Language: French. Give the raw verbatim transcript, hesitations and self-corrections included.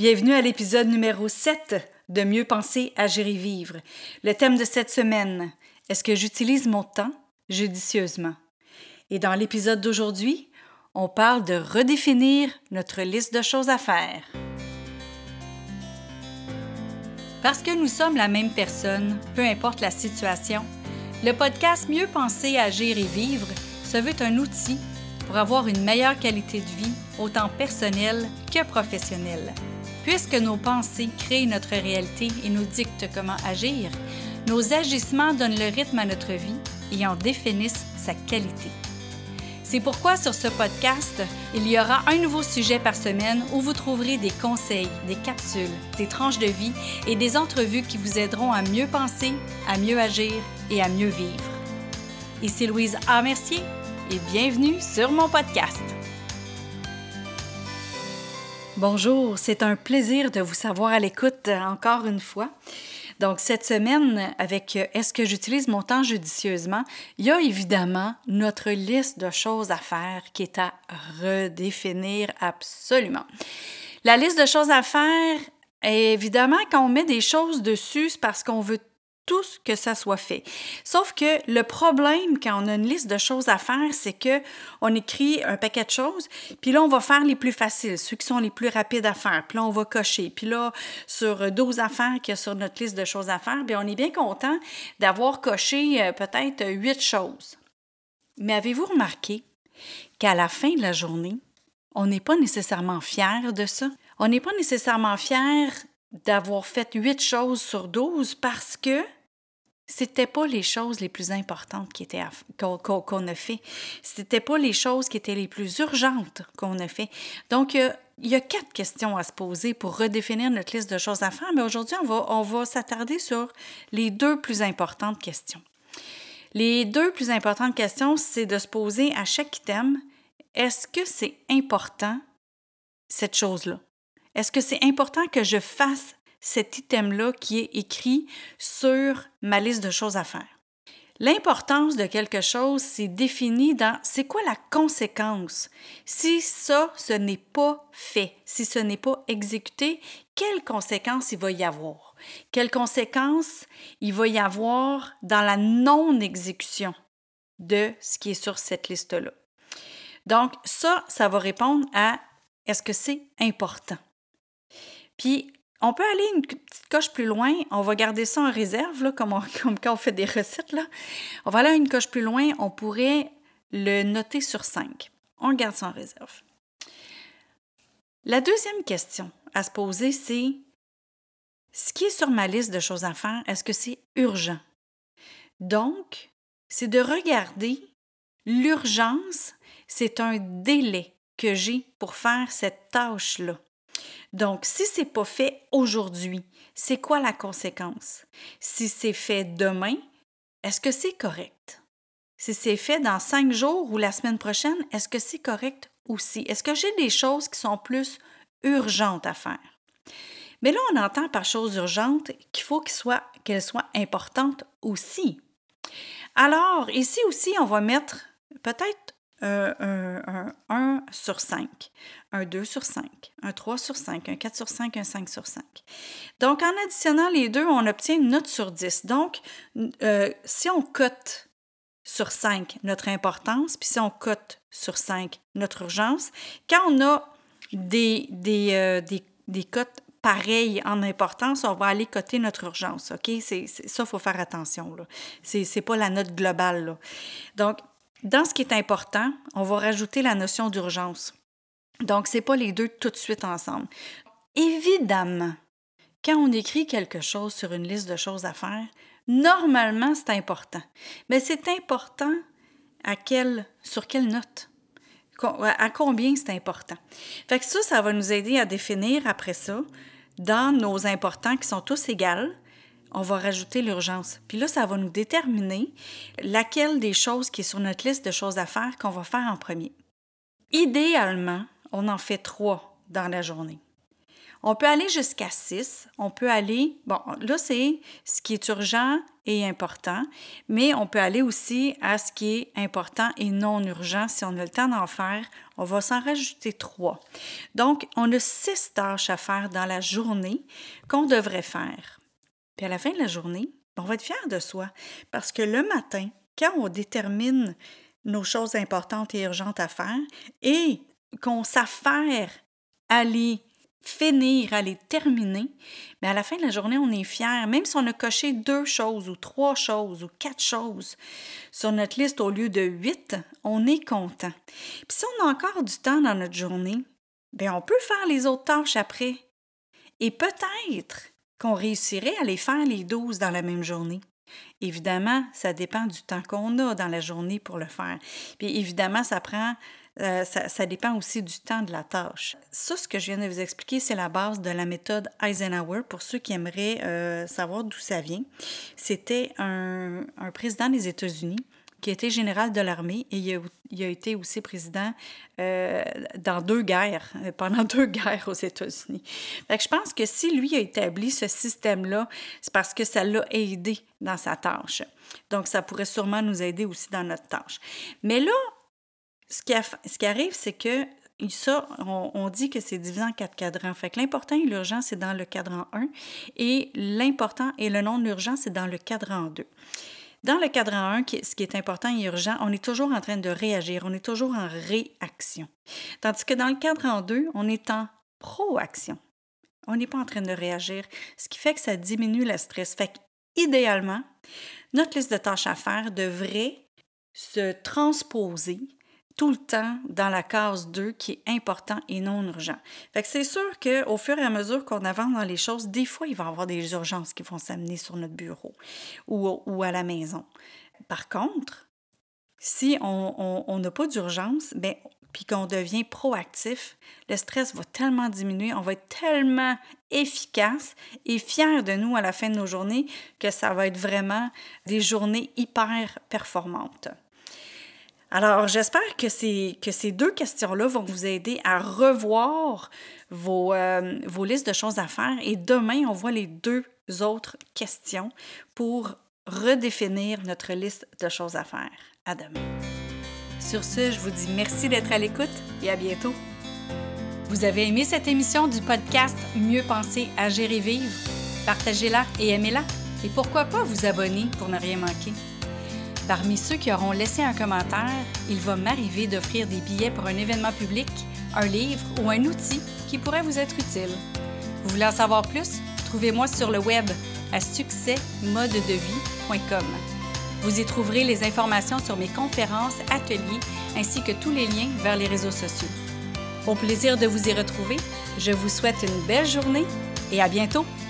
Bienvenue à l'épisode numéro sept de Mieux penser, agir et vivre. Le thème de cette semaine, est-ce que j'utilise mon temps judicieusement? Et dans l'épisode d'aujourd'hui, on parle de redéfinir notre liste de choses à faire. Parce que nous sommes la même personne, peu importe la situation, le podcast Mieux penser, agir et vivre se veut un outil pour avoir une meilleure qualité de vie, autant personnelle que professionnelle. Puisque nos pensées créent notre réalité et nous dictent comment agir, nos agissements donnent le rythme à notre vie et en définissent sa qualité. C'est pourquoi sur ce podcast, il y aura un nouveau sujet par semaine où vous trouverez des conseils, des capsules, des tranches de vie et des entrevues qui vous aideront à mieux penser, à mieux agir et à mieux vivre. Ici Louise A. Mercier et bienvenue sur mon podcast. Bonjour, c'est un plaisir de vous savoir à l'écoute encore une fois. Donc, cette semaine, avec « Est-ce que j'utilise mon temps judicieusement », il y a évidemment notre liste de choses à faire qui est à redéfinir absolument. La liste de choses à faire, évidemment, quand on met des choses dessus, c'est parce qu'on veut tous que ça soit fait. Sauf que le problème quand on a une liste de choses à faire, c'est que on écrit un paquet de choses, puis là, on va faire les plus faciles, ceux qui sont les plus rapides à faire, puis là, on va cocher. Puis là, sur douze affaires qu'il y a sur notre liste de choses à faire, bien, on est bien content d'avoir coché euh, peut-être huit choses. Mais avez-vous remarqué qu'à la fin de la journée, on n'est pas nécessairement fier de ça? On n'est pas nécessairement fier d'avoir fait huit choses sur douze parce que c'était pas les choses les plus importantes qui étaient à, qu'on, qu'on, qu'on a fait. C'était pas les choses qui étaient les plus urgentes qu'on a fait. Donc, euh, il y a quatre questions à se poser pour redéfinir notre liste de choses à faire, mais aujourd'hui, on va, on va s'attarder sur les deux plus importantes questions. Les deux plus importantes questions, c'est de se poser à chaque item, est-ce que c'est important, cette chose-là? Est-ce que c'est important que je fasse cet item-là qui est écrit sur ma liste de choses à faire? L'importance de quelque chose, c'est défini dans c'est quoi la conséquence si ça, ce n'est pas fait, si ce n'est pas exécuté, quelles conséquences il va y avoir? Quelles conséquences il va y avoir dans la non-exécution de ce qui est sur cette liste-là? Donc, ça, ça va répondre à est-ce que c'est important? Puis, on peut aller une petite coche plus loin. On va garder ça en réserve, là, comme, on, comme quand on fait des recettes. Là. On va aller une coche plus loin. On pourrait le noter sur cinq. On garde ça en réserve. La deuxième question à se poser, c'est ce qui est sur ma liste de choses à faire, est-ce que c'est urgent? Donc, c'est de regarder l'urgence, c'est un délai que j'ai pour faire cette tâche-là. Donc, si ce n'est pas fait aujourd'hui, c'est quoi la conséquence? Si c'est fait demain, est-ce que c'est correct? Si c'est fait dans cinq jours ou la semaine prochaine, est-ce que c'est correct aussi? Est-ce que j'ai des choses qui sont plus urgentes à faire? Mais là, on entend par choses urgentes qu'il faut qu'elles soient, qu'elles soient importantes aussi. Alors, ici aussi, on va mettre peut-être Euh, un, un un sur cinq, un deux sur cinq, un trois sur cinq, un quatre sur cinq, un cinq sur cinq. Donc, en additionnant les deux, on obtient une note sur dix. Donc, euh, si on cote sur cinq notre importance, puis si on cote sur cinq notre urgence, quand on a des, des, euh, des, des cotes pareilles en importance, on va aller coter notre urgence, OK? C'est, c'est, ça, il faut faire attention, là. C'est, c'est pas la note globale, là. Donc, dans ce qui est important, on va rajouter la notion d'urgence. Donc, ce n'est pas les deux tout de suite ensemble. Évidemment, quand on écrit quelque chose sur une liste de choses à faire, normalement, c'est important. Mais c'est important à quelle, sur quelle note? À combien c'est important? Fait que ça, ça va nous aider à définir après ça, dans nos importants qui sont tous égaux, on va rajouter l'urgence. Puis là, ça va nous déterminer laquelle des choses qui est sur notre liste de choses à faire qu'on va faire en premier. Idéalement, on en fait trois dans la journée. On peut aller jusqu'à six. On peut aller, bon, là, c'est ce qui est urgent et important, mais on peut aller aussi à ce qui est important et non urgent. Si on a le temps d'en faire, On va s'en rajouter trois. Donc, on a six tâches à faire dans la journée qu'on devrait faire. Puis à la fin de la journée, on va être fiers de soi parce que le matin, quand on détermine nos choses importantes et urgentes à faire et qu'on s'affaire à les finir, à les terminer, mais à la fin de la journée, on est fiers. Même si on a coché deux choses ou trois choses ou quatre choses sur notre liste au lieu de huit, on est content. Puis si on a encore du temps dans notre journée, bien, on peut faire les autres tâches après. Et peut-être qu'on réussirait à les faire les douze dans la même journée. Évidemment, ça dépend du temps qu'on a dans la journée pour le faire. Puis évidemment, ça prend, euh, ça, ça dépend aussi du temps de la tâche. Ça, ce que je viens de vous expliquer, c'est la base de la méthode Eisenhower. Pour ceux qui aimeraient euh, savoir d'où ça vient, c'était un, un président des États-Unis qui a été général de l'armée et il a, il a été aussi président euh, dans deux guerres, pendant deux guerres aux États-Unis. Fait que je pense que si lui a établi ce système-là, c'est parce que ça l'a aidé dans sa tâche. Donc, ça pourrait sûrement nous aider aussi dans notre tâche. Mais là, ce qui, a, ce qui arrive, c'est que ça, on, on dit que c'est divisé en quatre cadrans. Fait que l'important et l'urgent, c'est dans le cadran un et l'important et le non urgent, c'est dans le cadran deux. Dans le cadran un, ce qui est important et urgent, on est toujours en train de réagir, on est toujours en réaction. Tandis que dans le cadran deux, on est en proaction. On n'est pas en train de réagir, ce qui fait que ça diminue le stress. Fait qu'idéalement, notre liste de tâches à faire devrait se transposer tout le temps dans la case deux qui est important et non urgent. Fait que c'est sûr qu'au fur et à mesure qu'on avance dans les choses, des fois, il va y avoir des urgences qui vont s'amener sur notre bureau ou, ou à la maison. Par contre, si on n'a pas d'urgence, bien, puis qu'on devient proactif, le stress va tellement diminuer, on va être tellement efficace et fiers de nous à la fin de nos journées que ça va être vraiment des journées hyper performantes. Alors, j'espère que ces, que ces deux questions-là vont vous aider à revoir vos, euh, vos listes de choses à faire. Et demain, on voit les deux autres questions pour redéfinir notre liste de choses à faire. À demain. Sur ce, je vous dis merci d'être à l'écoute et à bientôt. Vous avez aimé cette émission du podcast Mieux penser, agir et vivre? Partagez-la et aimez-la. Et pourquoi pas vous abonner pour ne rien manquer? Parmi ceux qui auront laissé un commentaire, il va m'arriver d'offrir des billets pour un événement public, un livre ou un outil qui pourrait vous être utile. Vous voulez en savoir plus? Trouvez-moi sur le web à succès mode de vie point com. Vous y trouverez les informations sur mes conférences, ateliers, ainsi que tous les liens vers les réseaux sociaux. Au plaisir de vous y retrouver, je vous souhaite une belle journée et à bientôt!